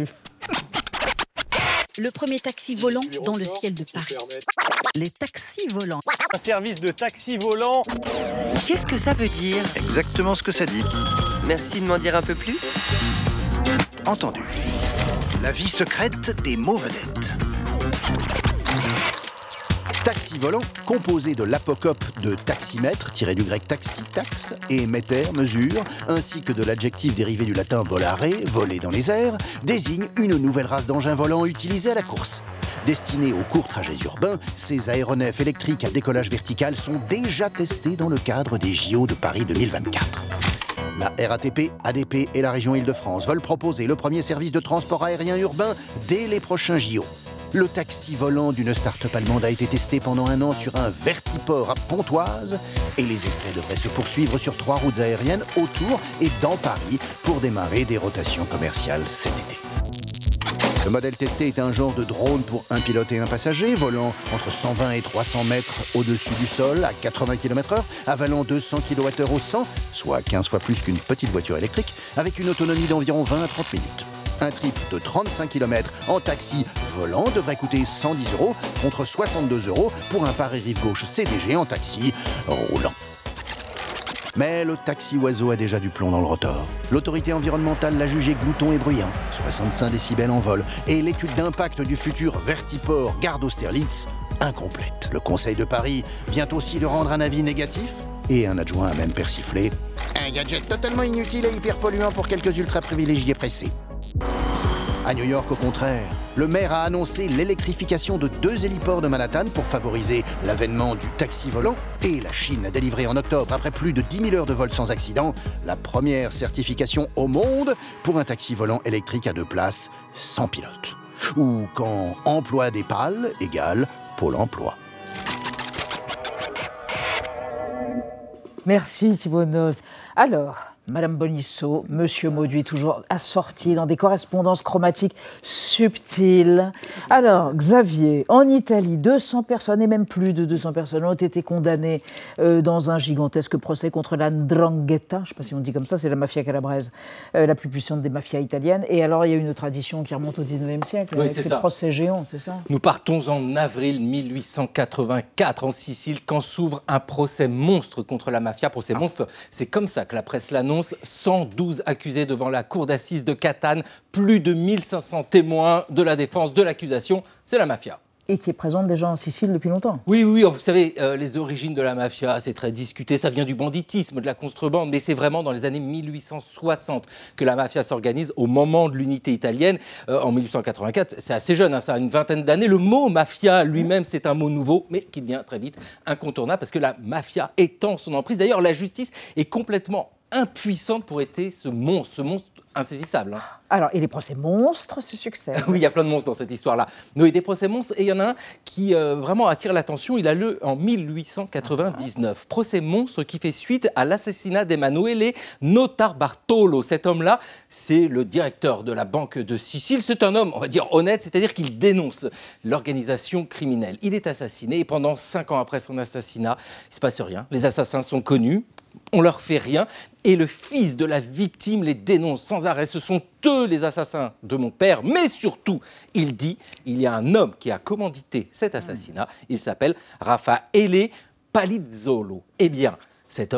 Le premier taxi volant dans le ciel de Paris. Les taxis volants. Un service de taxi volant. Qu'est-ce que ça veut dire? Exactement ce que ça dit. Merci de m'en dire un peu plus. Entendu. La vie secrète des mots vedettes. Taxi volant, composé de l'apocope de taximètre, tiré du grec taxi, taxe, et meter, mesure, ainsi que de l'adjectif dérivé du latin volare, voler dans les airs, désigne une nouvelle race d'engins volants utilisés à la course. Destinés aux courts trajets urbains, ces aéronefs électriques à décollage vertical sont déjà testés dans le cadre des J O de Paris deux mille vingt-quatre. La R A T P, A D P et la région Île-de-France veulent proposer le premier service de transport aérien urbain dès les prochains J O. Le taxi volant d'une start-up allemande a été testé pendant un an sur un vertiport à Pontoise et les essais devraient se poursuivre sur trois routes aériennes autour et dans Paris pour démarrer des rotations commerciales cet été. Le modèle testé est un genre de drone pour un pilote et un passager, volant entre cent vingt et trois cents mètres au-dessus du sol à quatre-vingts kilomètres heure, avalant deux cents kilowattheures au cent, soit quinze fois plus qu'une petite voiture électrique, avec une autonomie d'environ vingt à trente minutes. Un trip de trente-cinq kilomètres en taxi volant devrait coûter cent dix euros contre soixante-deux euros pour un Paris-Rive Gauche C D G en taxi roulant. Mais le taxi oiseau a déjà du plomb dans le rotor. L'autorité environnementale l'a jugé glouton et bruyant, soixante-cinq décibels en vol, et l'étude d'impact du futur vertiport Gare d'Austerlitz, incomplète. Le Conseil de Paris vient aussi de rendre un avis négatif, et un adjoint a même persiflé « Un gadget totalement inutile et hyper polluant pour quelques ultra-privilégiés pressés ». À New York, au contraire, le maire a annoncé l'électrification de deux héliports de Manhattan pour favoriser l'avènement du taxi volant. Et la Chine a délivré en octobre, après plus de dix mille heures de vol sans accident, la première certification au monde pour un taxi volant électrique à deux places sans pilote. Ou quand emploi des pales égale Pôle emploi. Merci Thibault Nols. Alors, Madame Bonisseau, Monsieur Mauduit, toujours assortis dans des correspondances chromatiques subtiles. Alors, Xavier, en Italie, deux cents personnes, et même plus de deux cents personnes, ont été condamnées euh, dans un gigantesque procès contre la 'ndrangheta, je ne sais pas si on dit comme ça, c'est la mafia calabraise, euh, la plus puissante des mafias italiennes. Et alors, il y a une tradition qui remonte au dix-neuvième siècle, oui, avec ces ça. procès géants, c'est ça? Nous partons en avril mille huit cent quatre-vingt-quatre en Sicile, quand s'ouvre un procès monstre contre la mafia. Procès ah. monstre, c'est comme ça que la presse l'annonce. cent douze accusés devant la cour d'assises de Catane, plus de mille cinq cents témoins de la défense de l'accusation, c'est la mafia. Et qui est présente déjà en Sicile depuis longtemps. Oui, oui, vous savez, euh, les origines de la mafia, c'est très discuté, ça vient du banditisme, de la contrebande, mais c'est vraiment dans les années mille huit cent soixante que la mafia s'organise au moment de l'unité italienne. Euh, en mille huit cent quatre-vingt-quatre, c'est assez jeune, hein, ça a une vingtaine d'années. Le mot mafia lui-même, c'est un mot nouveau, mais qui devient très vite incontournable, parce que la mafia étend son emprise. D'ailleurs, la justice est complètement impuissante pour aider ce monstre, ce monstre insaisissable. Hein. Alors, et les procès monstres se succèdent. Oui, il y a plein de monstres dans cette histoire-là. Oui, des procès monstres, et il y en a un qui euh, vraiment attire l'attention. Il a lieu en mille huit cent quatre-vingt-dix-neuf. Procès monstre qui fait suite à l'assassinat d'Emanuele Notarbartolo. Cet homme-là, c'est le directeur de la Banque de Sicile. C'est un homme, on va dire, honnête, c'est-à-dire qu'il dénonce l'organisation criminelle. Il est assassiné, et pendant cinq ans après son assassinat, il ne se passe rien. Les assassins sont connus. On leur fait rien, et le fils de la victime les dénonce sans arrêt. Ce sont eux les assassins de mon père, mais surtout, il dit, il y a un homme qui a commandité cet assassinat, il s'appelle Raffaele Palizzolo. Eh bien, cet homme-là,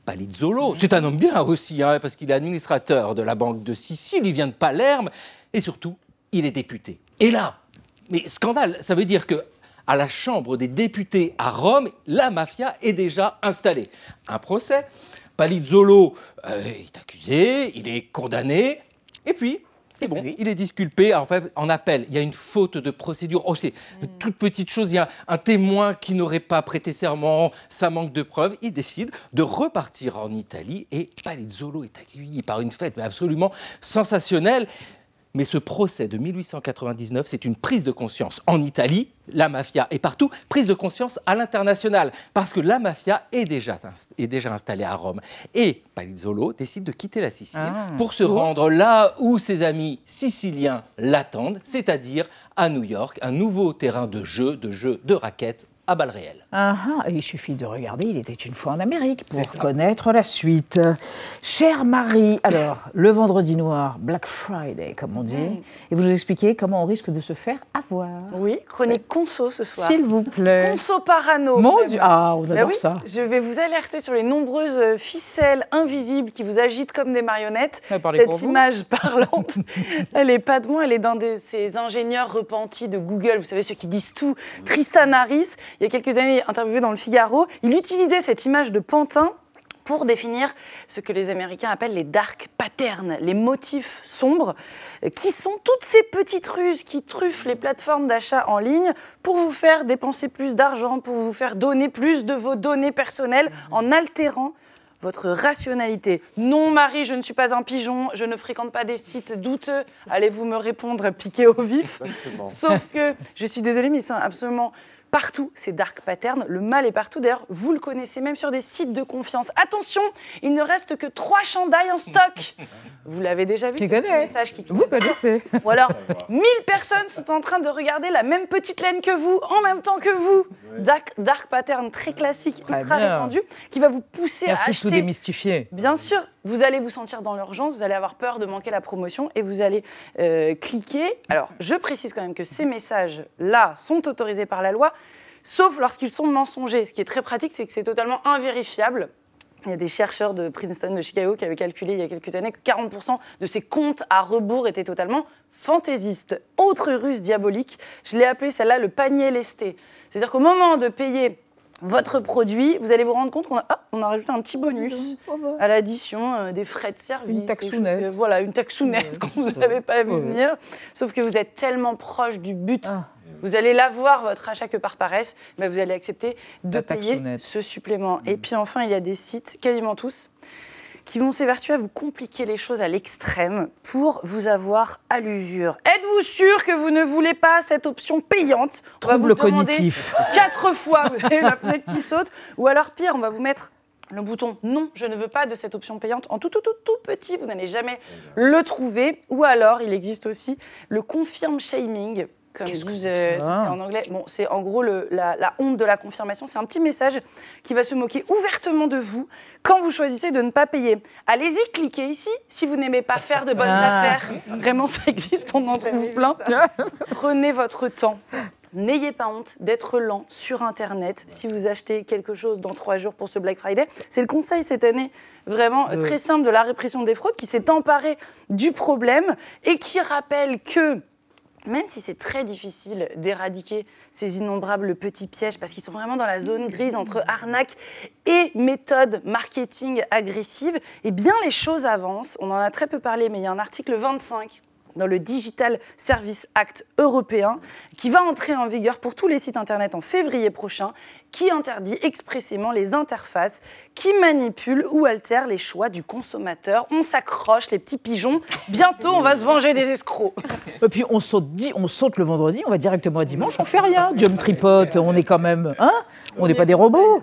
Palizzolo, c'est un homme bien aussi, hein, parce qu'il est administrateur de la Banque de Sicile, il vient de Palerme, et surtout, il est député. Et là, mais scandale, ça veut dire que à la Chambre des députés à Rome, la mafia est déjà installée. Un procès, Palizzolo euh, est accusé, il est condamné, et puis... C'est bon, il est disculpé en, fait, en appel. Il y a une faute de procédure. Oh, c'est une toute petite chose. Il y a un témoin qui n'aurait pas prêté serment. Ça manque de preuves. Il décide de repartir en Italie et Palizzolo est accueilli par une fête mais absolument sensationnelle. Mais ce procès de mille huit cent quatre-vingt-dix-neuf, c'est une prise de conscience en Italie. La mafia est partout. Prise de conscience à l'international. Parce que la mafia est déjà, est déjà installée à Rome. Et Palizzolo décide de quitter la Sicile ah, pour se oh. rendre là où ses amis siciliens l'attendent, c'est-à-dire à New York, un nouveau terrain de jeu, de jeu de raquettes à balles réelles. Ah, ah, il suffit de regarder, il était une fois en Amérique pour connaître la suite. Chère Marie, alors, le vendredi noir, Black Friday, comme on dit, mmh. et vous nous expliquez comment on risque de se faire avoir. Oui, chronique conso ce soir. S'il vous plaît. Conso parano. Mon Dieu, ah, on adore ben oui, ça. Je vais vous alerter sur les nombreuses ficelles invisibles qui vous agitent comme des marionnettes. Cette image vous. parlante, elle n'est pas de moi, elle est d'un de ces ingénieurs repentis de Google, vous savez, ceux qui disent tout, Tristan Harris. Il y a quelques années, interviewé dans le Figaro, il utilisait cette image de pantin pour définir ce que les Américains appellent les dark patterns, les motifs sombres, qui sont toutes ces petites ruses qui truffent les plateformes d'achat en ligne pour vous faire dépenser plus d'argent, pour vous faire donner plus de vos données personnelles en altérant votre rationalité. Non, Marie, je ne suis pas un pigeon, je ne fréquente pas des sites douteux. Allez-vous me répondre piqué au vif. Exactement. Sauf que, je suis désolée, mais ils sont absolument... partout, ces dark patterns, le mal est partout. D'ailleurs, vous le connaissez même sur des sites de confiance. Attention, il ne reste que trois chandails en stock. Vous l'avez déjà vu, tu ce connais. petit message qui Vous connaissez. Ou alors, mille personnes sont en train de regarder la même petite laine que vous, en même temps que vous. Ouais. Dark, dark pattern très classique, très ultra bien. répandu, qui va vous pousser à acheter. Tout démystifier. Bien sûr, vous allez vous sentir dans l'urgence, vous allez avoir peur de manquer la promotion et vous allez euh, cliquer. Alors, je précise quand même que ces messages-là sont autorisés par la loi, sauf lorsqu'ils sont mensongers. Ce qui est très pratique, c'est que c'est totalement invérifiable. Il y a des chercheurs de Princeton, de Chicago, qui avaient calculé il y a quelques années que quarante pour cent de ces comptes à rebours étaient totalement fantaisistes. Autre ruse diabolique, je l'ai appelé celle-là le panier lesté. C'est-à-dire qu'au moment de payer votre produit, vous allez vous rendre compte qu'on a, ah, on a rajouté un petit bonus à l'addition euh, des frais de service. Une taxounette. Que, voilà, une taxounette qu'on vous n'avez pas vu venir. Sauf que vous êtes tellement proche du but. Ah. Vous allez l'avoir, votre achat, que par paresse, mais vous allez accepter de payer ce supplément. Mmh. Et puis enfin, il y a des sites, quasiment tous, qui vont s'évertuer à vous compliquer les choses à l'extrême pour vous avoir à l'usure. Êtes-vous sûr que vous ne voulez pas cette option payante ? On va vous le cognitif. Quatre fois, vous avez la fenêtre qui saute. Ou alors pire, on va vous mettre le bouton « Non, je ne veux pas de cette option payante » en tout, tout, tout, tout petit. Vous n'allez jamais le trouver. Ou alors, il existe aussi le confirm shaming. Comme disent, euh, c'est en anglais. Bon, c'est en gros le, la, la honte de la confirmation. C'est un petit message qui va se moquer ouvertement de vous quand vous choisissez de ne pas payer. Allez-y, cliquez ici si vous n'aimez pas faire de bonnes ah. affaires. Vraiment, ça existe, on en trouve plein. Prenez votre temps. N'ayez pas honte d'être lent sur Internet si vous achetez quelque chose dans trois jours pour ce Black Friday. C'est le conseil cette année, vraiment euh. très simple, de la répression des fraudes qui s'est emparé du problème et qui rappelle que même si c'est très difficile d'éradiquer ces innombrables petits pièges, parce qu'ils sont vraiment dans la zone grise entre arnaque et méthode marketing agressive, eh bien les choses avancent. On en a très peu parlé, mais il y a un article vingt-cinq dans le Digital Service Act européen qui va entrer en vigueur pour tous les sites internet en février prochain, qui interdit expressément les interfaces qui manipulent ou altèrent les choix du consommateur. On s'accroche, les petits pigeons. Bientôt, on va se venger des escrocs. Et puis, on saute, on saute le vendredi, on va directement à dimanche, on fait rien. Jump tripote, on est quand même... Hein, on n'est pas des robots.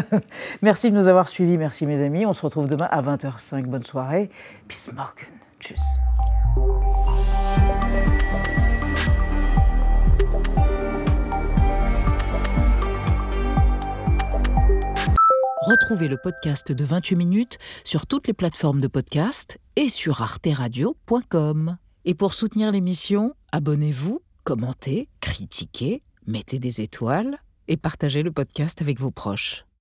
Merci de nous avoir suivis, merci mes amis. On se retrouve demain à vingt heures cinq. Bonne soirée. Bis morgen. Tschüss. Retrouvez le podcast de vingt-huit minutes sur toutes les plateformes de podcast et sur arte radio point com. Et pour soutenir l'émission, abonnez-vous, commentez, critiquez, mettez des étoiles et partagez le podcast avec vos proches.